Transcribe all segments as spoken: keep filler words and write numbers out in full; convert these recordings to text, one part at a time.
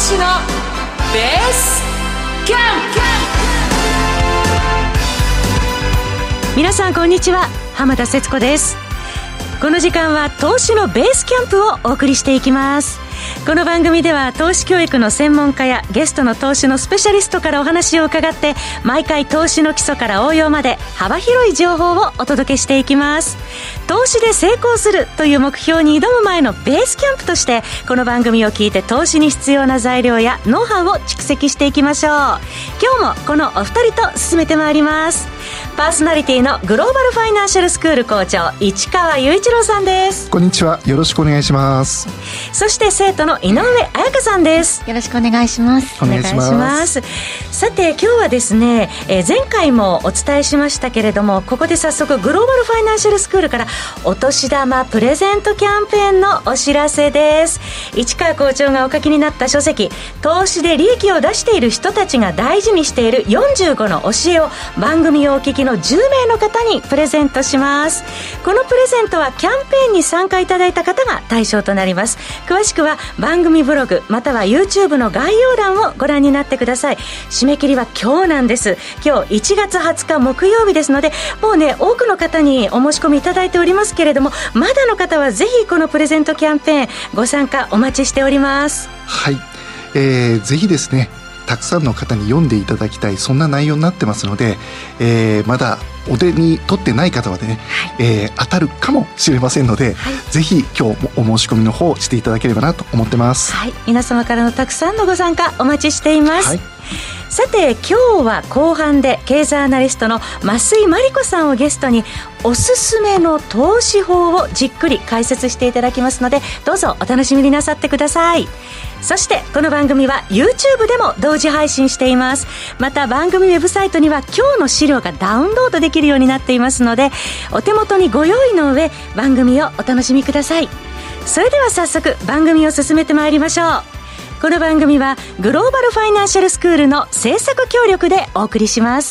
志のベースキャンプ。 皆さんこんにちは、浜田節子です。この時間は投資のベースキャンプをお送りしていきます。この番組では投資教育の専門家やゲストの投資のスペシャリストからお話を伺って、毎回投資の基礎から応用まで幅広い情報をお届けしていきます。投資で成功するという目標に挑む前のベースキャンプとして、この番組を聞いて投資に必要な材料やノウハウを蓄積していきましょう。今日もこのお二人と進めてまいります。パーソナリティのグローバルファイナンシャルスクール校長、市川雄一郎さんです。 こんにちは、よろしくお願いします。 そして生徒の井上彩香さんです。 よろしくお願いします。 お願いします。 お願いします。さて今日はですね、えー、前回もお伝えしましたけれども、ここで早速グローバルファイナンシャルスクールからお年玉プレゼントキャンペーンのお知らせです。市川校長がお書きになった書籍、投資で利益を出している人たちが大事にしているよんじゅうごの教えを番組をお聞きのじゅうめいの方にプレゼントします。このプレゼントはキャンペーンに参加いただいた方が対象となります。詳しくは番組ブログまたは YouTube の概要欄をご覧になってください。締め切りは今日なんです。今日いちがつはつか木曜日ですので、もうね多くの方にお申し込みいただいておりますけれども、まだの方はぜひこのプレゼントキャンペーンご参加お待ちしております。 はい、えー、ぜひですねたくさんの方に読んでいただきたい、そんな内容になってますので、えー、まだお手に取ってない方はね、はい、えー、当たるかもしれませんので、はい、ぜひ今日もお申し込みの方していただければなと思ってます。 はい、皆様からのたくさんのご参加お待ちしています。はい、さて今日は後半で経済アナリストの増井真理子さんをゲストにおすすめの投資法をじっくり解説していただきますので、どうぞお楽しみになさってください。そしてこの番組は YouTube でも同時配信しています。また番組ウェブサイトには今日の資料がダウンロードできるようになっていますので、お手元にご用意の上番組をお楽しみください。それでは早速番組を進めてまいりましょう。この番組はグローバルファイナンシャルスクールの制作協力でお送りします。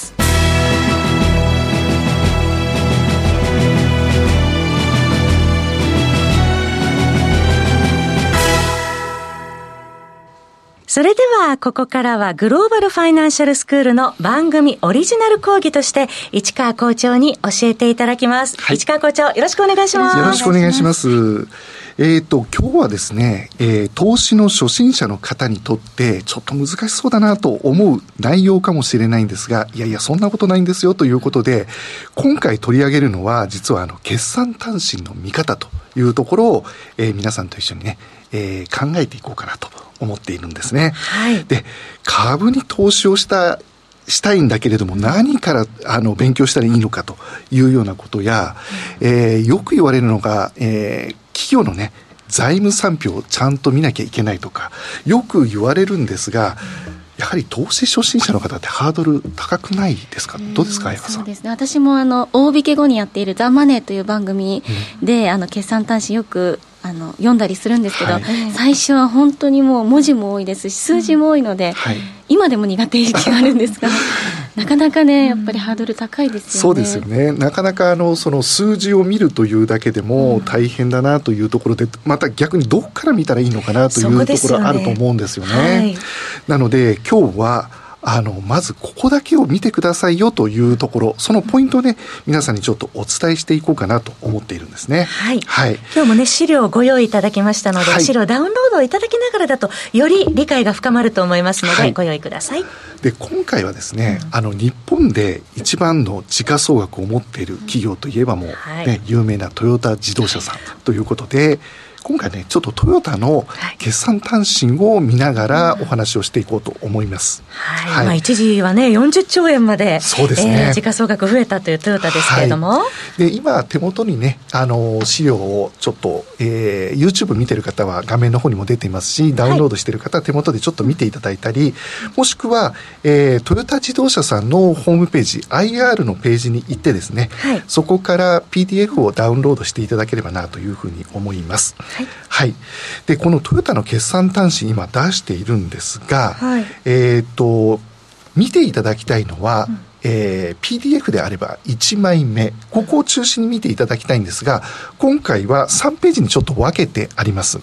それではここからはグローバルファイナンシャルスクールの番組オリジナル講義として市川校長に教えていただきます。はい、市川校長よろしくお願いします。 よろしくお願いします。えーと、今日はですね、えー、投資の初心者の方にとってちょっと難しそうだなと思う内容かもしれないんですが、いやいやそんなことないんですよということで、今回取り上げるのは実はあの決算短信の見方というところを、えー、皆さんと一緒にね、えー、考えていこうかなと思っているんですね。はい、で、株に投資をしたしたいんだけれども、何からあの勉強したらいいのかというようなことや、うん、えー、よく言われるのが、えー、企業のね財務産票をちゃんと見なきゃいけないとかよく言われるんですが、やはり投資初心者の方ってハードル高くないですか？どうですか、彩香さん。 そうですね、私もあの大引け後にやっているザ・マネーという番組で、うん、あの決算短信よくあの読んだりするんですけど、はい、最初は本当にもう文字も多いですし数字も多いので、うん、はい、今でも苦手意識があるんですがなかなかねやっぱりハードル高いですよね。 そうですよね。なかなかあのその数字を見るというだけでも大変だなというところで、また逆にどこから見たらいいのかなというところあると思うんですよね。はい、なので今日はあのまずここだけを見てくださいよというところ、そのポイントをね皆さんにちょっとお伝えしていこうかなと思っているんですね。 はい、はい、今日もね資料をご用意いただきましたので、はい、資料ダウンロードをいただきながらだとより理解が深まると思いますので、はい、ご用意ください。 で今回はですね、うん、あの日本で一番の時価総額を持っている企業といえばもう、ね、はい、有名なトヨタ自動車さんということで、今回ねちょっとトヨタの決算短信を見ながらお話をしていこうと思います。 はい、はい、まあ、一時はねよんじゅっちょうえんまで、 そうですね、 えー、時価総額増えたというトヨタですけれども、はい、 で今手元にねあの資料をちょっと、えー、YouTube 見てる方は画面の方にも出ていますし、ダウンロードしてる方は手元でちょっと見ていただいたり、はい、もしくは、えー、トヨタ自動車さんのホームページ アイアール のページに行ってですね、はい、そこから ピーディーエフ をダウンロードしていただければなというふうに思います。はい、はい、でこのトヨタの決算短信今出しているんですが、はい、えー、と見ていただきたいのは、うん、えー、ピーディーエフ であればいちまいめ、ここを中心に見ていただきたいんですが、今回はさんページにちょっと分けてあります。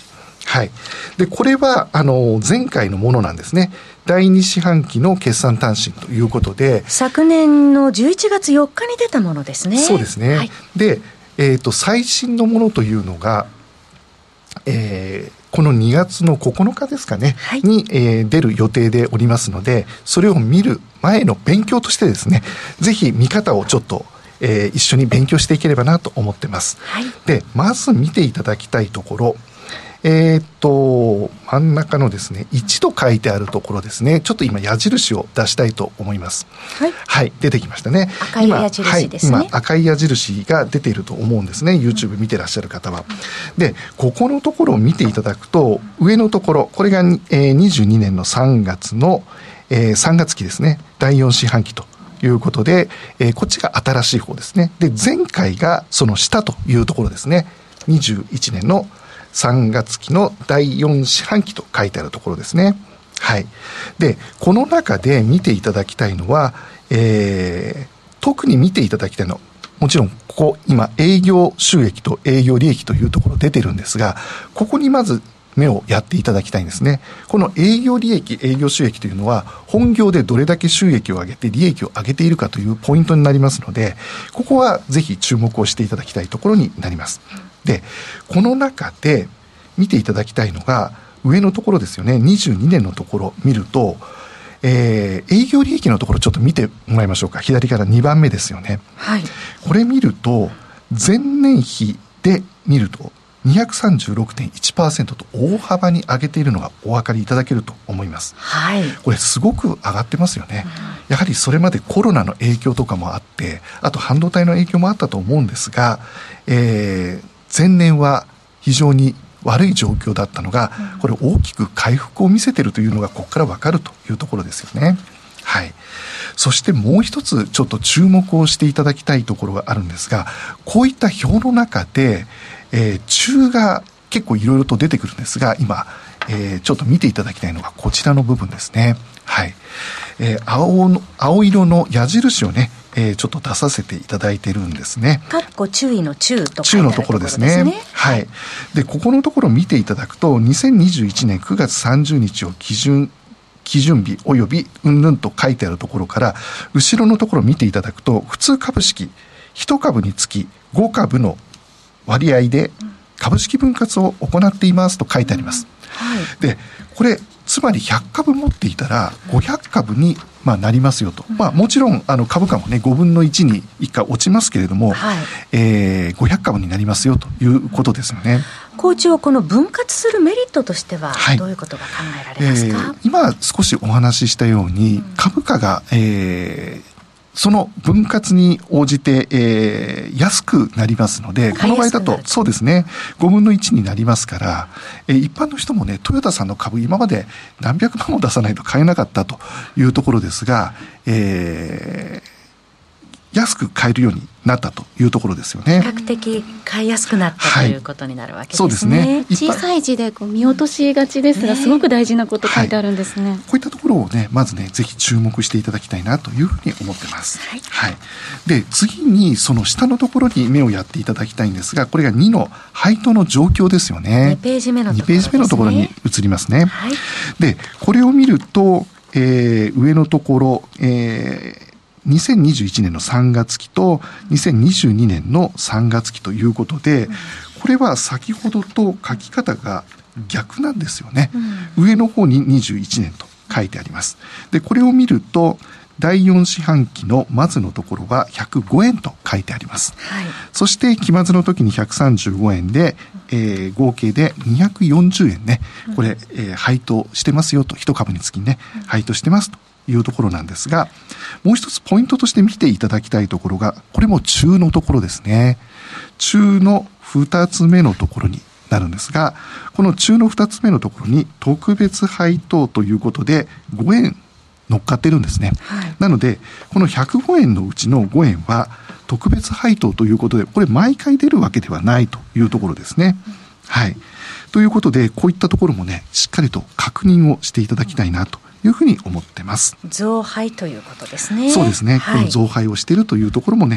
はい。で、これは、あの、前回のものなんですね。だいに四半期の決算短信ということで。 昨年のじゅういちがつよっかに出たものですね。 そうですね。はい、で、えっと、最新のものというのが、えー、このにがつのここのかですかね、はい、に、えー、出る予定でおりますので、それを見る前の勉強としてですね、ぜひ見方をちょっと、えー、一緒に勉強していければなと思ってます。はい、で、まず見ていただきたいところ、えー、っと真ん中のですねいちと書いてあるところですね、ちょっと今矢印を出したいと思います。はい、はい、出てきましたね。 赤い矢印ですね。 今、はい、今赤い矢印が出ていると思うんですね、 YouTube 見てらっしゃる方は。で、ここのところを見ていただくと、上のところ、これが、えー、にじゅうにねんのさんがつの、えー、さんがつ期ですね、だいよん四半期ということで、えー、こっちが新しい方ですね。で、前回がその下というところですね、にじゅういちねんのさんがつ期のだいよん四半期と書いてあるところですね。はい。で、この中で見ていただきたいのは、えー、特に見ていただきたいのは、もちろんここ今営業収益と営業利益というところ出てるんですが、ここにまず目をやっていただきたいんですね。この営業利益、営業収益というのは、本業でどれだけ収益を上げて利益を上げているかというポイントになりますので、ここはぜひ注目をしていただきたいところになります。で、この中で見ていただきたいのが、上のところですよね、にじゅうにねんのところ見ると、えー、営業利益のところちょっと見てもらいましょうか。左からにばんめですよね。はい。これ見ると、前年比で見ると、にひゃくさんじゅうろくてんいちパーセント と大幅に上げているのがお分かりいただけると思います。はい。これすごく上がってますよね。うん、やはりそれまでコロナの影響とかもあって、あと半導体の影響もあったと思うんですが、えー、前年は非常に悪い状況だったのが、これ大きく回復を見せているというのがここから分かるというところですよね。はい。そしてもう一つちょっと注目をしていただきたいところがあるんですが、こういった表の中で、えー、中が結構いろいろと出てくるんですが、今、えー、ちょっと見ていただきたいのがこちらの部分ですね。はい。えー、青の、青色の矢印をね、えー、ちょっと出させていただいてるんですね。 かっこ注意の注と書いてあるところですね。中のところですね。はい。で、ここのところを見ていただくと、にせんにじゅういちねんくがつさんじゅうにちを基準、基準日及びうんぬんと書いてあるところから、後ろのところを見ていただくと、普通株式、いち株につきご株の割合で株式分割を行っていますと書いてあります。うん、はい。で、これ、つまりひゃっ株持っていたらごひゃく株にまあなりますよと。まあもちろんあの株価もねごぶんのいちにいっかい落ちますけれども、はい、えー、ごひゃく株になりますよということですよね。 校長、この分割するメリットとしてはどういうことが考えられますか？はい、えー、 今少しお話ししたように、株価が、えーその分割に応じて、えー、安くなりますので、この場合だと、そうですね、ごぶんのいちになりますから、えー、一般の人もね、トヨタさんの株、今まで何百万も出さないと買えなかったというところですが、えー安く買えるようになったというところですよね。 比較的買いやすくなったということになるわけですね。 そうですね。 小さい字でこう見落としがちですが、すごく大事なこと書いてあるんですね。はい、 こういったところをね、まずね、ぜひ注目していただきたいなというふうに思ってます。はい。はい。で、次にその下のところに目をやっていただきたいんですが、これがにの配当の状況ですよね。 にページ目のところですね。 にページ目のところに移りますね。はい。で、これを見ると、えー、上のところ、えーにせんにじゅういちねんのさんがつ期とにせんにじゅうにねんのさんがつ期ということで、これは先ほどと書き方が逆なんですよね。うん、上の方ににじゅういちねんと書いてあります。で、これを見ると、だいよん四半期の末のところはひゃくごえんと書いてあります。はい、そして期末の時にひゃくさんじゅうごえんで、えー、合計でにひゃくよんじゅうえんね、これ、えー、配当してますよと、いち株につきね、配当してますというところなんですが、もう一つポイントとして見ていただきたいところが、これも中のところですね。中の二つ目のところになるんですが、この中の二つ目のところに特別配当ということでごえん乗っかってるんですね。はい、なので、このひゃくごえんのうちのごえんは特別配当ということで、これ毎回出るわけではないというところですね。うん、はい。ということで、こういったところもね、しっかりと確認をしていただきたいなというふうに思ってます。 増配ということですね。 そうですね。はい、この増配をしているというところもね、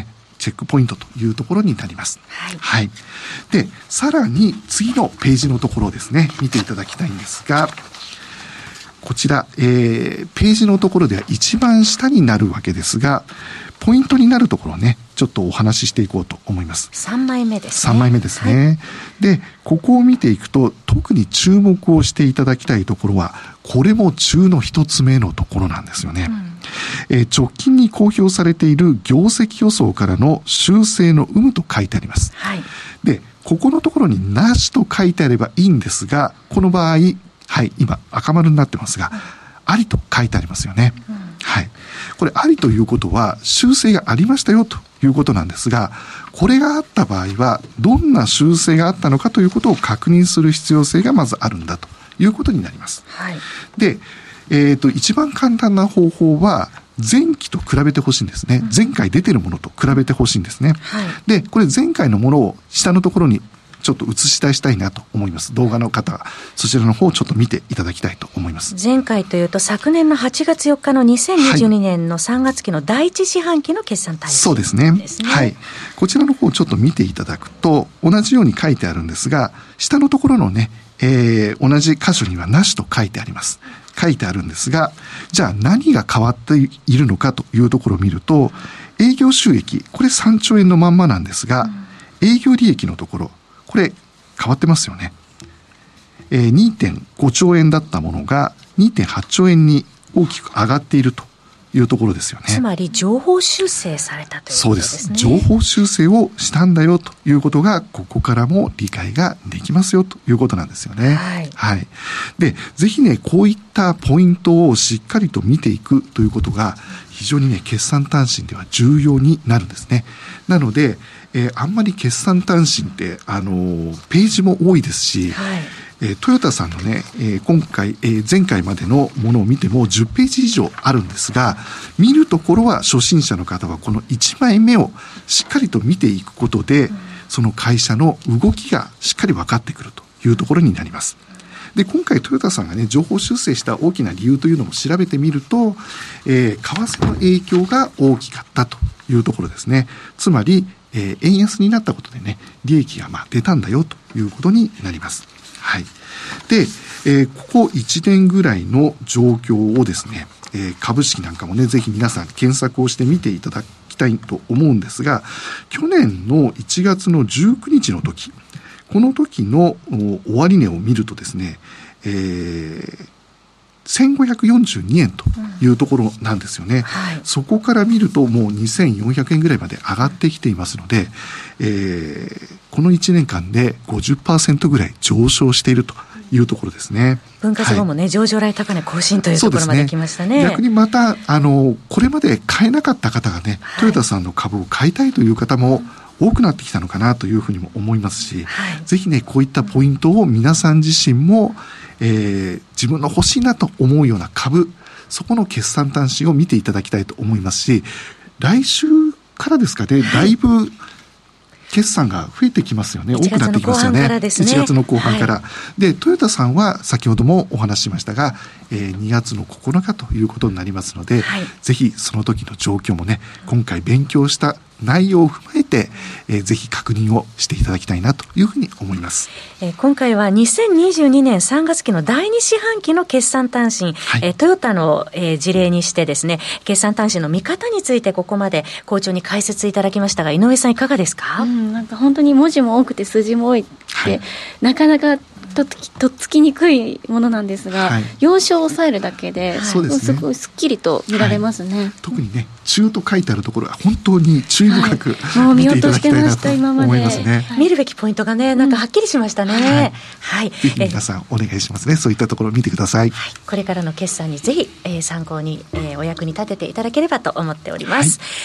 チェックポイントというところになります。 はい。 はい。で、さらに次のページのところをですね、見ていただきたいんですが、こちら、えー、ページのところでは一番下になるわけですが、ポイントになるところをね、ちょっとお話ししていこうと思います。 さんまいめですね。 さんまいめですね。はい、で、ここを見ていくと、特に注目をしていただきたいところは、これも中の一つ目のところなんですよね。うん、えー、直近に公表されている業績予想からの修正の有無と書いてあります。 はい、で、 ここのところになしと書いてあればいいんですが、この場合、はい、今赤丸になってますが、うん、ありと書いてありますよね。うん、はい。これありということは修正がありましたよということなんですが、これがあった場合はどんな修正があったのかということを確認する必要性がまずあるんだということになります。 はい、 で、えっと、一番簡単な方法は前期と比べてほしいんですね。うん、前回出てるものと比べてほしいんですね。 はい、 で、これ前回のものを下のところにちょっと映し出したいなと思います。動画の方はそちらの方をちょっと見ていただきたいと思います。 前回というと昨年のはちがつよっかのにせんにじゅうにねんのさんがつ期の第一四半期の決算対策、 そうですね。はい。こちらの方をちょっと見ていただくと同じように書いてあるんですが、下のところのね、えー、同じ箇所にはなしと書いてあります。書いてあるんですが、じゃあ何が変わっているのかというところを見ると、営業収益、これさんちょうえんのまんまなんですが、うん、営業利益のところ、これ変わってますよね。えー、にてんごちょうえんだったものが にてんはちちょうえんに大きく上がっているというところですよね。 つまり情報修正されたということですね。 そうです。情報修正をしたんだよということがここからも理解ができますよということなんですよね。 はい。 はい。で、ぜひね、こういったポイントをしっかりと見ていくということが非常にね、決算短信では重要になるんですね。なので、えー、あんまり決算短信って、あのー、ページも多いですし、 はい、 えー、トヨタさんのね、えー、今回、えー、前回までのものを見てもじゅっページ以上あるんですが、見るところは初心者の方はこのいちまいめをしっかりと見ていくことで、うん、その会社の動きがしっかり分かってくるというところになります。で、今回トヨタさんがね、情報修正した大きな理由というのも調べてみると、えー、為替の影響が大きかったというところですね。つまり、えー、円安になったことでね、利益がまあ出たんだよということになります。はい。で、えー、ここいちねんぐらいの状況をですね、えー、株式なんかもね、ぜひ皆さん検索をしてみていただきたいと思うんですが、去年のいちがつのじゅうくにちの時、この時の終値を見るとですね、えー、せんごひゃくよんじゅうにえんというところなんですよね。うん、はい、そこから見るともうにせんよんひゃくえんぐらいまで上がってきていますので、えー、このいちねんかんで ごじゅっパーセント ぐらい上昇しているというところですね。 分割後もね、はい、上場来高値更新というところまで来ましたね。 逆にまたあのこれまで買えなかった方がね、はい、トヨタさんの株を買いたいという方も多くなってきたのかなというふうにも思いますし、はい、ぜひね、こういったポイントを皆さん自身も、えー、自分の欲しいなと思うような株、そこの決算短信を見ていただきたいと思いますし、来週からですかね、だいぶ決算が増えてきますよね。多くなってきますよね。いちがつの後半から。はい、で、トヨタさんは先ほどもお話ししましたが、えー、にがつのここのかということになりますので、はい、ぜひその時の状況もね、今回勉強した内容を踏まえて、えー、ぜひ確認をしていただきたいなというふうに思います。 えー、今回はにせんにじゅうにねんさんがつ期のだいに四半期の決算短信、はい、えー、トヨタの、えー、事例にしてですね、決算短信の見方についてここまで校長に解説いただきましたが、井上さんいかがですか？ うん、なんか本当に文字も多くて数字も多いって、はい、なかなかと, とっつきにくいものなんですが、はい、要所を押さえるだけで、はい、 そうですね、 すごいすっきりと見られますね。はい、 特にね、中と書いてあるところは本当に注意深く、 はい、もう見落としてました今まで。 思いますね。 見るべきポイントがね、なんかはっきりしましたね。うん、はい、 はい、ぜひ皆さんお願いしますね。そういったところを見てください。 はい、これからの決算にぜひ、えー、参考に、えー、お役に立てていただければと思っております。はい、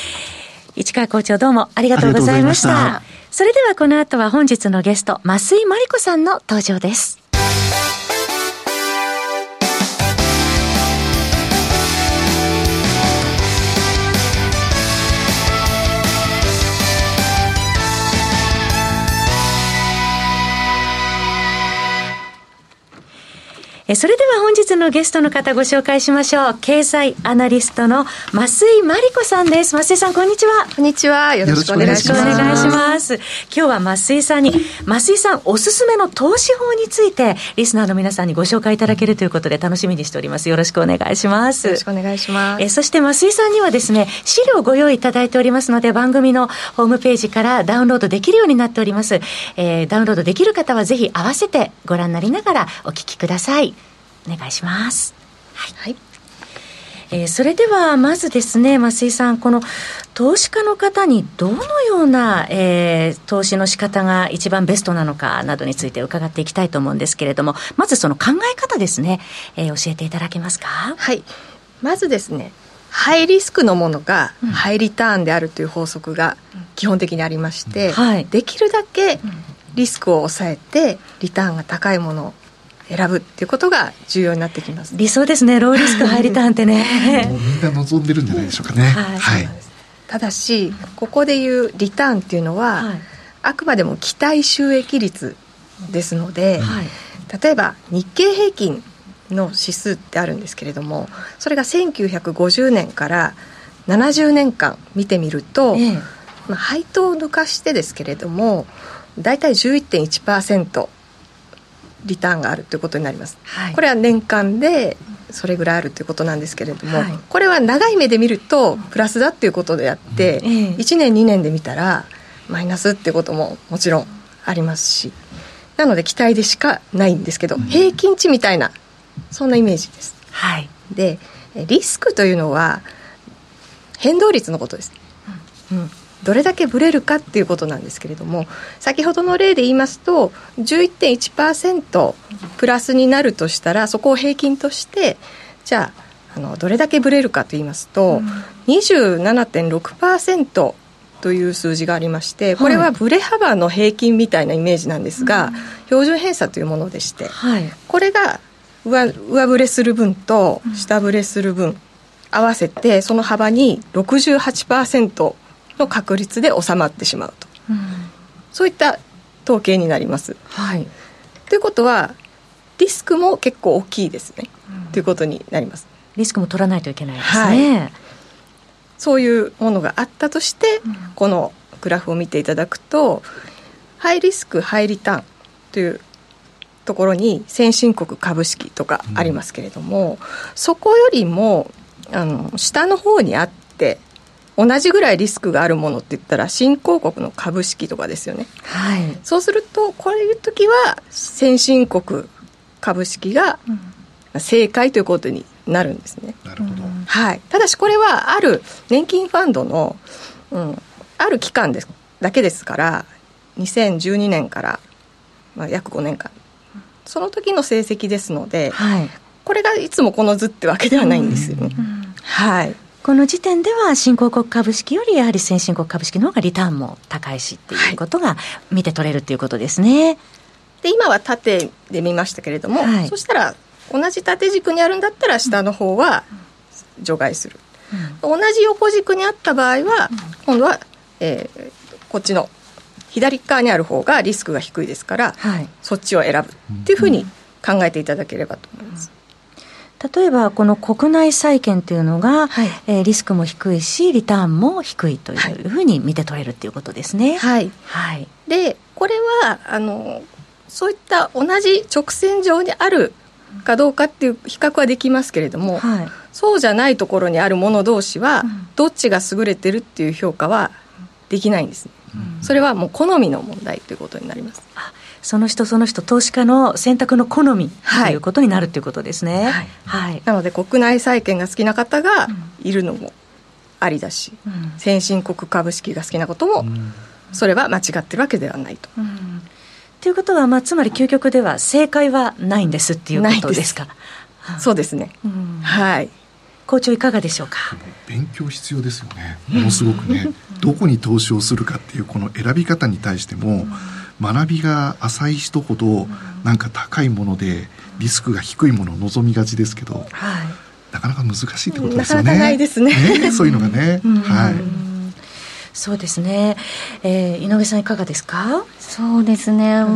市川校長、どうもありがとうございました。したそれではこの後は本日のゲスト、増井真理子さんの登場です。 えそれでは本日のゲストの方ご紹介しましょう。経済アナリストの増井真理子さんです。増井さん、こんにちは。 こんにちは。よろしくお願いします。 よろしくお願いします。今日は増井さんに、増井さんおすすめの投資法についてリスナーの皆さんにご紹介いただけるということで楽しみにしております。よろしくお願いします。 よろしくお願いします。 えそして増井さんにはですね、資料をご用意いただいておりますので、番組のホームページからダウンロードできるようになっております。えー、ダウンロードできる方はぜひ合わせてご覧になりながらお聞きください。お願いします。はい、はい。えー、それではまずですね、増井さん、この投資家の方にどのような、えー、投資の仕方が一番ベストなのかなどについて伺っていきたいと思うんですけれども、まずその考え方ですね、えー、教えていただけますか。 はい。まずですね、ハイリスクのものがハイリターンであるという法則が基本的にありまして、うんはい、できるだけリスクを抑えてリターンが高いものを選ぶっていうことが重要になってきます。 理想ですね、ローリスクハイリターンってねもうみんな望んでるんじゃないでしょうかね。はい、はい、 ただしここでいうリターンっていうのは、はい、あくまでも期待収益率ですので、はい、例えば日経平均の指数ってあるんですけれども、それがせんきゅうひゃくごじゅうねんからななじゅうねんかん見てみると、ええまあ、配当を抜かしてですけれどもだいたい じゅういってんいちパーセント リターンがあるということになります、はい、これは年間でそれぐらいあるということなんですけれども、はい、これは長い目で見るとプラスだっていうことであって、うんええ、いちねんにねんで見たらマイナスっていうことももちろんありますし、なので期待でしかないんですけど、うん、平均値みたいなそんなイメージです、はい、でリスクというのは変動率のことです、うんうん、どれだけブレるかっていうことなんですけれども、先ほどの例で言いますと じゅういってんいちパーセント プラスになるとしたら、そこを平均としてじゃあ、あのどれだけブレるかと言いますと、うん、にじゅうななてんろくパーセント という数字がありまして、これはブレ幅の平均みたいなイメージなんですが、うん、標準偏差というものでして、はい、これが上, 上振れする分と下振れする分、うん、合わせてその幅に ろくじゅうはちパーセント の確率で収まってしまうと、うん、そういった統計になります、はい、ということはリスクも結構大きいですね、うん、ということになります。 リスクも取らないといけないですね、はい、 そういうものがあったとして、うん、このグラフを見ていただくとハイリスクハイリターンというところに先進国株式とかありますけれども、うん、そこよりもあの下の方にあって同じぐらいリスクがあるものって言ったら新興国の株式とかですよね、はい、そうするとこういう時は先進国株式が正解ということになるんですね。 なるほど、 はい、ただしこれはある年金ファンドの、うん、ある期間ですだけですからにせんじゅうにねんから、まあ、約ごねんかんその時の成績ですので、はい、これがいつもこの図ってわけではないんですよね、うんうんはい、 この時点では新興国株式よりやはり先進国株式の方がリターンも高いしっていうことが見て取れるっていうことですね。 で今は縦で見ましたけれども、はい、そしたら同じ縦軸にあるんだったら下の方は除外する、うん、同じ横軸にあった場合は、うん、今度は、えー、こっちの左側にある方がリスクが低いですから、はい、そっちを選ぶっていうふうに考えていただければと思います、 うん、例えばこの国内債券というのが、はいえー、リスクも低いしリターンも低いというふうに見て取れるっていうことですね。 はい、はい、でこれはあのそういった同じ直線上にあるかどうかっていう比較はできますけれども、はい、そうじゃないところにあるもの同士は、うん、どっちが優れてるっていう評価はできないんですね、うん、それはもう好みの問題ということになります。 あ、その人その人投資家の選択の好みということになるということですね、はいはい、なので国内債券が好きな方がいるのもありだし、うん、先進国株式が好きなことも、うん、それは間違ってるわけではないと、うんということは、まあ、つまり究極では正解はないんですっていうことですか。 ですそうですね、うん、はい校長いかがでしょうか。 勉強必要ですよね、ものすごくねどこに投資をするかっていうこの選び方に対しても、うん、学びが浅い人ほどなんか高いものでリスクが低いものを望みがちですけど、はい、なかなか難しいってことですよね。 なかなかないですね、 ねそういうのがね、うん、はいそうですね、えー、井上さんいかがですか。 そうですね、うん、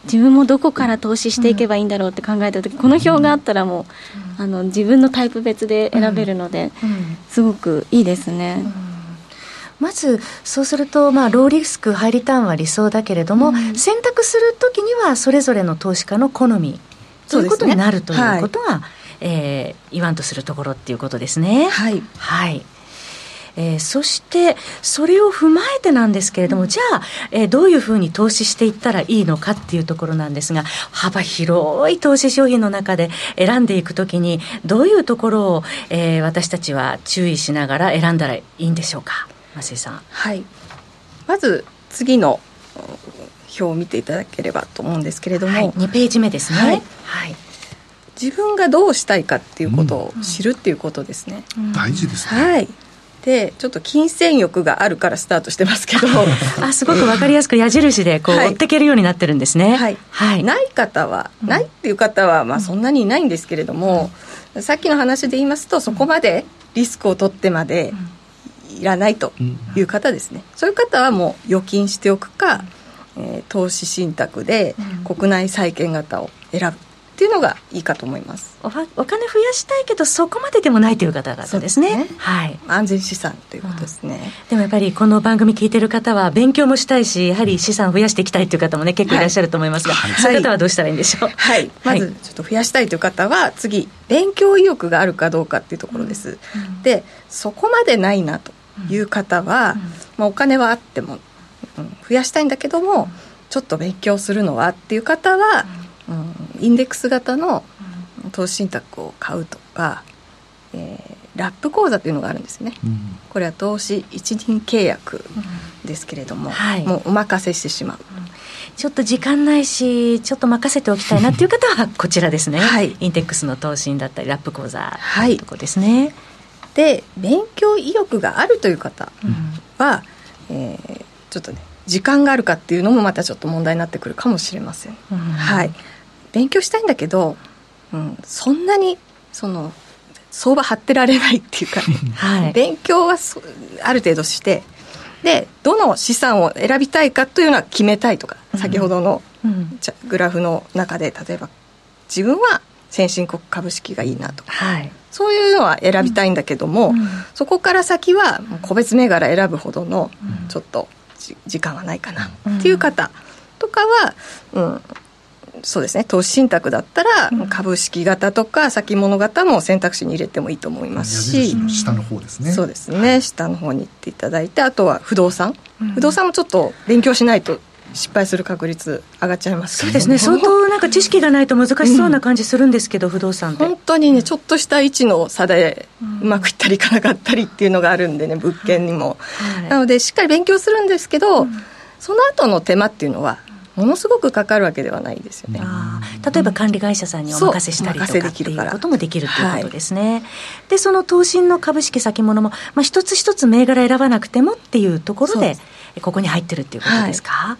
自分もどこから投資していけばいいんだろうって考えたとき、この表があったらもうあの自分のタイプ別で選べるので、すごくいいですね。 まずそうすると、まあ、ローリスクハイリターンは理想だけれども、うん、選択するときにはそれぞれの投資家の好みということになるということが、はい、えー、言わんとするところっていうことですね。 はい、 はい。えー、そしてそれを踏まえてなんですけれども、うん、じゃあ、えー、どういうふうに投資していったらいいのかっていうところなんですが、幅広い投資商品の中で選んでいくときにどういうところを、えー、私たちは注意しながら選んだらいいんでしょうか。増井さん。 はい、まず次の表を見ていただければと思うんですけれども、はい、 にページ目ですね。はいはい、 自分がどうしたいかっていうことを知るっていうことですね。 うんうん、大事ですね。 はい。でちょっと金銭欲があるからスタートしてますけどあ、すごく分かりやすく矢印でこう、はい、追っていけるようになってるんですね。 はいはい、ない方は、うん、ないっていう方はまあそんなにいないんですけれども、うん、さっきの話で言いますと、そこまでリスクを取ってまでいらないという方ですね、うん、そういう方はもう預金しておくか、えー、投資信託で国内債券型を選ぶっていうのがいいかと思います。 お, お金増やしたいけどそこまででもないという方々ですね。ですね、 はい、安全資産ということですね、 うん、でもやっぱりこの番組聞いてる方は勉強もしたいし、やはり資産を増やしていきたいという方もね結構いらっしゃると思いますが、はい、そういう方はどうしたらいいんでしょう。 はい、はい、まずちょっと増やしたいという方は次勉強意欲があるかどうかっていうところです、うん、でそこまでないなという方は、うんまあ、お金はあっても、うん、増やしたいんだけども、うん、ちょっと勉強するのはっていう方は、うん、インデックス型の投資信託を買うとか、えー、ラップ口座というのがあるんですね、うん、これは投資一人契約ですけれども、うんはい、もうお任せしてしまう、うん、 ちょっと時間ないしちょっと任せておきたいなっていう方はこちらですね、はい、インデックスの投資だったりラップ口座というところですね、はいで勉強意欲があるという方は、うんえー、ちょっとね時間があるかっていうのもまたちょっと問題になってくるかもしれません、うんはい、勉強したいんだけど、うん、そんなにその相場張ってられないっていうか、ねはい、勉強はある程度してでどの資産を選びたいかというのは決めたいとか、うん、先ほどのグラフの中で例えば自分は先進国株式がいいなとか、はい、そういうのは選びたいんだけども、うん、そこから先は個別銘柄選ぶほどのちょっと時間がないかなっていう方とかは、うん、そうですね投資信託だったら株式型とか先物型も選択肢に入れてもいいと思いますし、矢印の下の方ですね。 そうですね、はい、下の方に行っていただいて、あとは不動産、うん、不動産もちょっと勉強しないと失敗する確率上がっちゃいますけど、 そうですね、相当なんか知識がないと難しそうな感じするんですけど、うん、不動産って本当にねちょっとした位置の差でうまくいったりいかなかったりっていうのがあるんでね、物件にも、はい、なのでしっかり勉強するんですけど、うん、その後の手間っていうのはものすごくかかるわけではないですよね。 あ例えば管理会社さんにお任せしたりとかっていうこともできるということですね、はい、でその投信の株式先物も、まあ、一つ一つ銘柄選ばなくてもっていうところでここに入ってるっていうことですか。はい、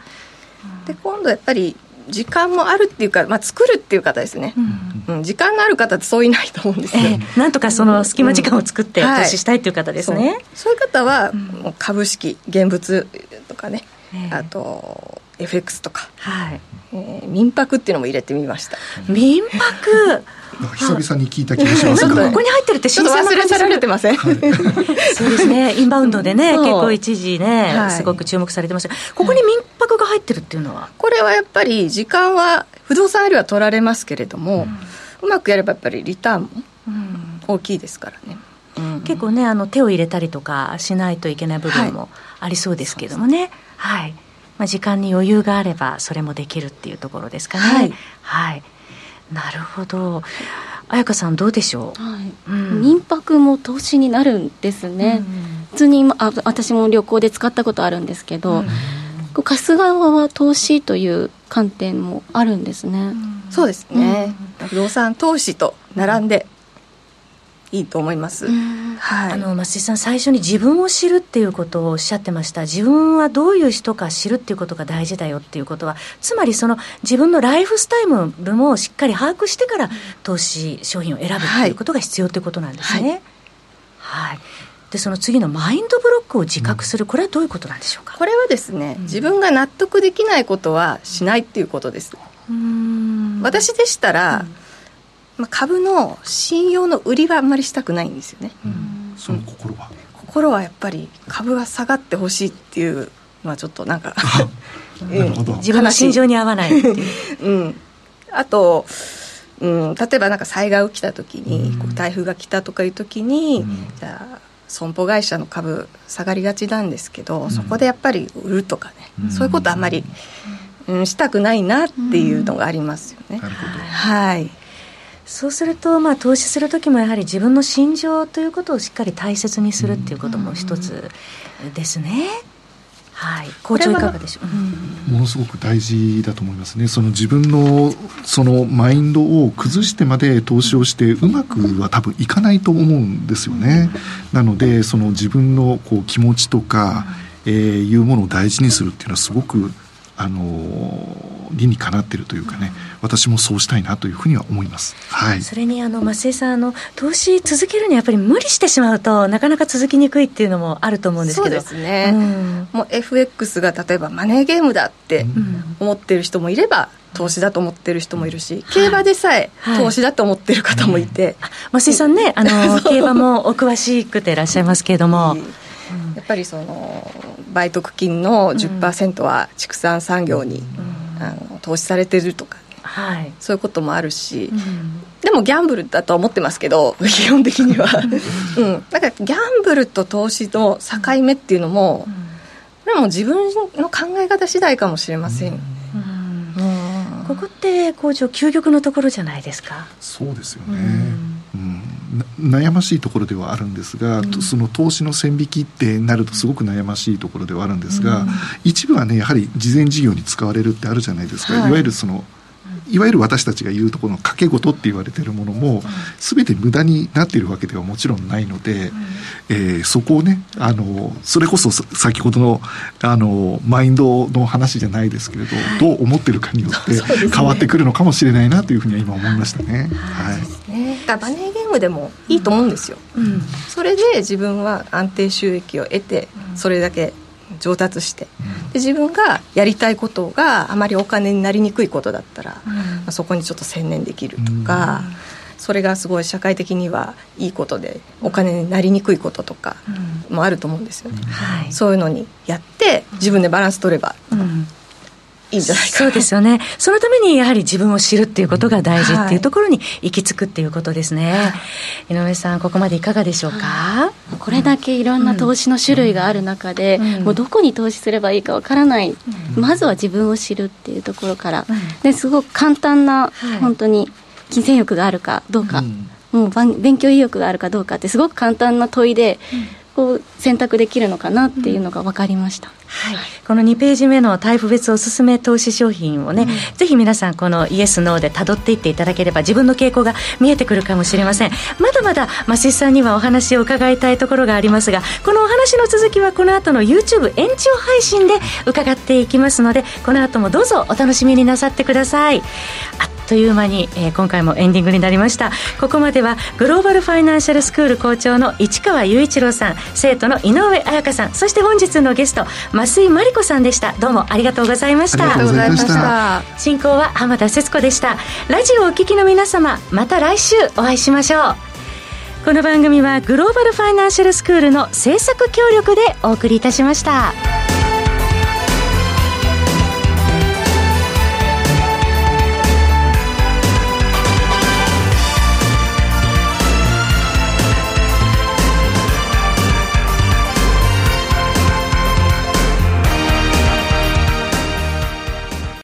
で今度やっぱり時間もあるっていうか、まあ、作るっていう方ですね、うんうん、時間のある方ってそういないと思うんですよ、えー、なんとかその隙間時間を作って投資したいっていう方ですね、はい、 そう、そういう方はもう株式現物とかね、えー、あと エフエックス とか、はいえー、民泊っていうのも入れてみました。 民泊久々に聞いた気がしますが、 なんかここに入ってるって新鮮な感じちょっと忘れ去られてません、はい、 そうですね、インバウンドでね結構一時ね、はい、すごく注目されてました。ここに民泊が入ってるっていうのは、 これはやっぱり時間は不動産よりは取られますけれども、うん、うまくやればやっぱりリターンも大きいですからね、うんうん、 結構ねあの手を入れたりとかしないといけない部分もありそうですけどもね、はい、はい、まあ、時間に余裕があればそれもできるっていうところですかね。はい、はい、なるほど。彩香さんどうでしょう。はい、うん、 民泊も投資になるんですね、うん、普通にあ私も旅行で使ったことあるんですけど、うん、貸す側は投資という観点もあるんですね、うん、 そうですね、うん、不動産投資と並んでいいと思います、うんはい、あの増井さん最初に自分を知るっていうことをおっしゃってました。自分はどういう人か知るっていうことが大事だよっていうことは、つまりその自分のライフスタイルもしっかり把握してから投資商品を選ぶっていうことが必要ということなんですね。はい、はい、でその次のマインドブロックを自覚する、これはどういうことなんでしょうか。 これはですね、うん、自分が納得できないことはしないっていうことです。 うーん私でしたら、うんまあ、株の信用の売りはあんまりしたくないんですよね、 うん、その心は、 うん、心はやっぱり株が下がってほしいっていうのはちょっとなんかなるほど、 自分の心情に合わないっていう、 うん、あと、うん、例えばなんか災害起きた時に、うん、こう台風が来たとかいう時に、うん、じゃあ損保会社の株下がりがちなんですけど、うん、そこでやっぱり売るとかね、うん、そういうことあんまり、うん、したくないなっていうのがありますよね、うん、なるほど、はい、 そうすると、まあ、投資する時もやはり自分の心情ということをしっかり大切にするっていうことも一つですね、はい、校長いかがでしょう、うん、 ものすごく大事だと思いますね。その自分のそのマインドを崩してまで投資をしてうまくは多分いかないと思うんですよね。なのでその自分のこう気持ちとか、えー、いうものを大事にするっていうのはすごくあの理にかなっているというかね、私もそうしたいなというふうには思います、はい、 それにあの増井さん、あの投資続けるにはやっぱり無理してしまうとなかなか続きにくいっていうのもあると思うんですけど。 そうですね、うん、もう エフエックス が例えばマネーゲームだって思ってる人もいれば、うん、投資だと思ってる人もいるし、うん、競馬でさえ投資だと思ってる方もいて、 はい、増井さんね、あの競馬もお詳しくていらっしゃいますけれども、 やっぱりその売得金の じゅっパーセント は畜産産業に、うん、あの投資されてるとか、ね、はい、そういうこともあるし、うん、でもギャンブルだとは思ってますけど基本的には、うん、だからギャンブルと投資の境目っていうのも、うん、でも自分の考え方次第かもしれませんよね、うんうん、ここって工場究極のところじゃないですか。 そうですよね、うんうん、悩ましいところではあるんですが、うん、その投資の線引きってなるとすごく悩ましいところではあるんですが、うん、一部はねやはり事前事業に使われるってあるじゃないですか、はい、いわゆるそのいわゆる私たちが言うところの賭け事って言われているものも、うん、全て無駄になっているわけではもちろんないので、うん、えー、そこをねあのそれこそ先ほどの、あのマインドの話じゃないですけれど、はい、どう思ってるかによって変わってくるのかもしれないなというふうには今思いましたね。はい、 はいね、だからマネーゲームでもいいと思うんですよ、うん、それで自分は安定収益を得て、うん、それだけ上達して、うん、で自分がやりたいことがあまりお金になりにくいことだったら、うんまあ、そこにちょっと専念できるとか、うん、それがすごい社会的にはいいことでお金になりにくいこととかもあると思うんですよね、うんはい、そういうのにやって自分でバランス取れば、うんいいんじゃないか。 そうですよね。そのためにやはり自分を知るっていうことが大事っていうところに行き着くっていうことですね、はい、井上さんここまでいかがでしょうか、はい、 これだけいろんな投資の種類がある中で、うん、もうどこに投資すればいいかわからない、うん、まずは自分を知るっていうところから、うん、ですごく簡単な、はい、本当に金銭欲があるかどうか、うん、もう勉強意欲があるかどうかってすごく簡単な問いで、うんこう選択できるのかなっていうのが分かりました、うんはい、このにページ目のタイプ別おすすめ投資商品をね、うん、ぜひ皆さんこのイエスノーで辿っていっていただければ自分の傾向が見えてくるかもしれません。まだまだ増井さんにはお話を伺いたいところがありますが、このお話の続きはこの後の YouTube 延長配信で伺っていきますので、この後もどうぞお楽しみになさってください。あっという間に、えー、今回もエンディングになりました。ここまではグローバルファイナンシャルスクール校長の市川雄一郎さん、生徒の井上彩香さん、そして本日のゲスト増井真理子さんでした。どうもありがとうございました。 ありがとうございました。 進行は浜田節子でした。ラジオをお聞きの皆様、また来週お会いしましょう。この番組はグローバルファイナンシャルスクールの制作協力でお送りいたしました。